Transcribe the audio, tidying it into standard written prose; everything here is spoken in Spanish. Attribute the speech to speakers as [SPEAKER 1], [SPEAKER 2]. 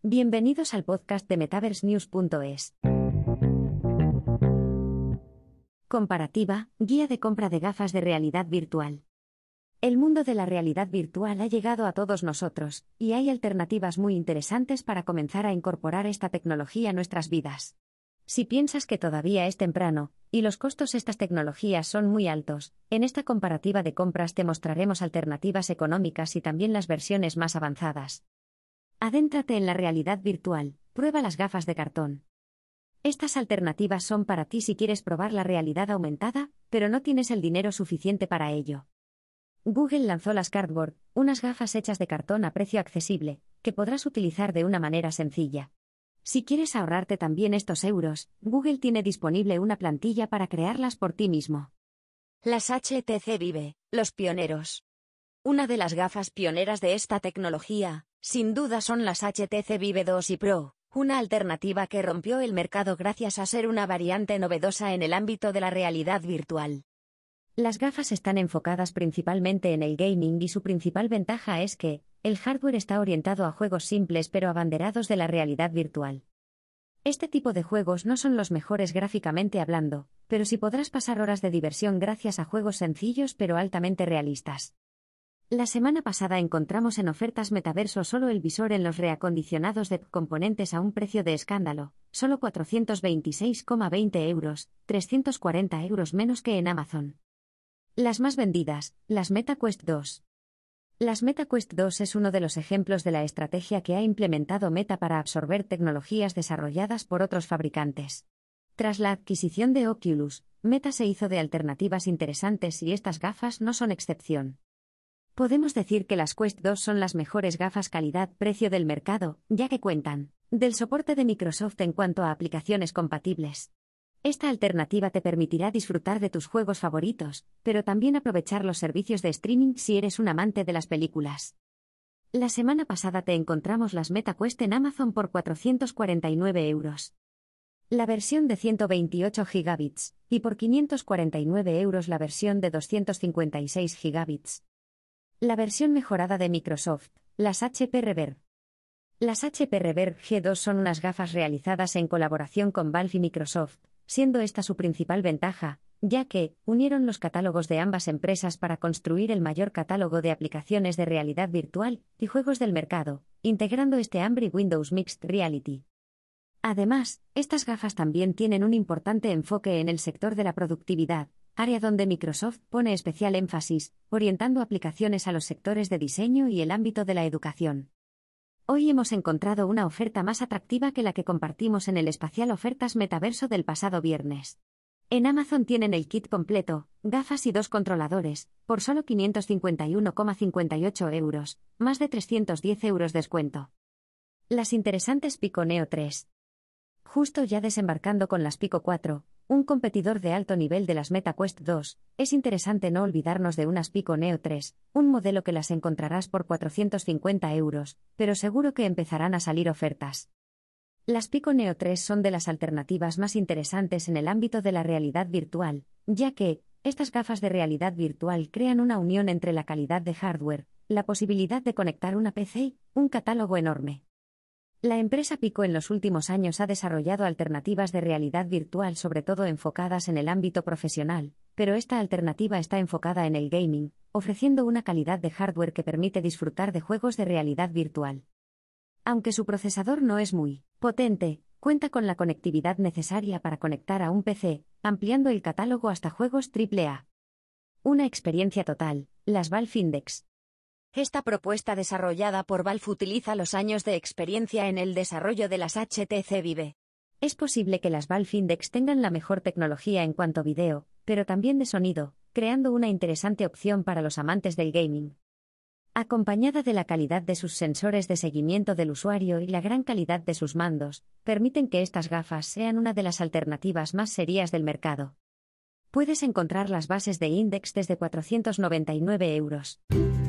[SPEAKER 1] Bienvenidos al podcast de MetaverseNews.es. Comparativa, guía de compra de gafas de realidad virtual. El mundo de la realidad virtual ha llegado a todos nosotros, y hay alternativas muy interesantes para comenzar a incorporar esta tecnología a nuestras vidas. Si piensas que todavía es temprano, y los costos de estas tecnologías son muy altos, en esta comparativa de compras te mostraremos alternativas económicas y también las versiones más avanzadas. Adéntrate en la realidad virtual, prueba las gafas de cartón. Estas alternativas son para ti si quieres probar la realidad aumentada, pero no tienes el dinero suficiente para ello. Google lanzó las Cardboard, unas gafas hechas de cartón a precio accesible, que podrás utilizar de una manera sencilla. Si quieres ahorrarte también estos euros, Google tiene disponible una plantilla para crearlas por ti mismo.
[SPEAKER 2] Las HTC Vive, los pioneros. Una de las gafas pioneras de esta tecnología, sin duda son las HTC Vive 2 y Pro, una alternativa que rompió el mercado gracias a ser una variante novedosa en el ámbito de la realidad virtual.
[SPEAKER 1] Las gafas están enfocadas principalmente en el gaming y su principal ventaja es que, el hardware está orientado a juegos simples pero abanderados de la realidad virtual. Este tipo de juegos no son los mejores gráficamente hablando, pero sí podrás pasar horas de diversión gracias a juegos sencillos pero altamente realistas. La semana pasada encontramos en ofertas Metaverso solo el visor en los reacondicionados de componentes a un precio de escándalo, solo 426,20 euros, 340 euros menos que en Amazon. Las más vendidas, las MetaQuest 2. Las MetaQuest 2 es uno de los ejemplos de la estrategia que ha implementado Meta para absorber tecnologías desarrolladas por otros fabricantes. Tras la adquisición de Oculus, Meta se hizo de alternativas interesantes y estas gafas no son excepción. Podemos decir que las Quest 2 son las mejores gafas calidad-precio del mercado, ya que cuentan del soporte de Microsoft en cuanto a aplicaciones compatibles. Esta alternativa te permitirá disfrutar de tus juegos favoritos, pero también aprovechar los servicios de streaming si eres un amante de las películas. La semana pasada te encontramos las MetaQuest en Amazon por 449 euros. La versión de 128 gigabits, y por 549 euros la versión de 256 gigabits. La versión mejorada de Microsoft, las HP Reverb. Las HP Reverb G2 son unas gafas realizadas en colaboración con Valve y Microsoft, siendo esta su principal ventaja, ya que unieron los catálogos de ambas empresas para construir el mayor catálogo de aplicaciones de realidad virtual y juegos del mercado, integrando este Ambry Windows Mixed Reality. Además, estas gafas también tienen un importante enfoque en el sector de la productividad, área donde Microsoft pone especial énfasis, orientando aplicaciones a los sectores de diseño y el ámbito de la educación. Hoy hemos encontrado una oferta más atractiva que la que compartimos en el especial Ofertas Metaverso del pasado viernes. En Amazon tienen el kit completo, gafas y 2 controladores, por solo 551,58 euros, más de 310 euros descuento. Las interesantes Pico Neo 3. Justo ya desembarcando con las Pico 4, un competidor de alto nivel de las MetaQuest 2, es interesante no olvidarnos de unas Pico Neo 3, un modelo que las encontrarás por 450 euros, pero seguro que empezarán a salir ofertas. Las Pico Neo 3 son de las alternativas más interesantes en el ámbito de la realidad virtual, ya que, estas gafas de realidad virtual crean una unión entre la calidad de hardware, la posibilidad de conectar una PC y un catálogo enorme. La empresa Pico en los últimos años ha desarrollado alternativas de realidad virtual sobre todo enfocadas en el ámbito profesional, pero esta alternativa está enfocada en el gaming, ofreciendo una calidad de hardware que permite disfrutar de juegos de realidad virtual. Aunque su procesador no es muy potente, cuenta con la conectividad necesaria para conectar a un PC, ampliando el catálogo hasta juegos AAA. Una experiencia total, las Valve Index.
[SPEAKER 2] Esta propuesta desarrollada por Valve utiliza los años de experiencia en el desarrollo de las HTC Vive.
[SPEAKER 1] Es posible que las Valve Index tengan la mejor tecnología en cuanto a video, pero también de sonido, creando una interesante opción para los amantes del gaming. Acompañada de la calidad de sus sensores de seguimiento del usuario y la gran calidad de sus mandos, permiten que estas gafas sean una de las alternativas más serias del mercado. Puedes encontrar las bases de Index desde 499 euros.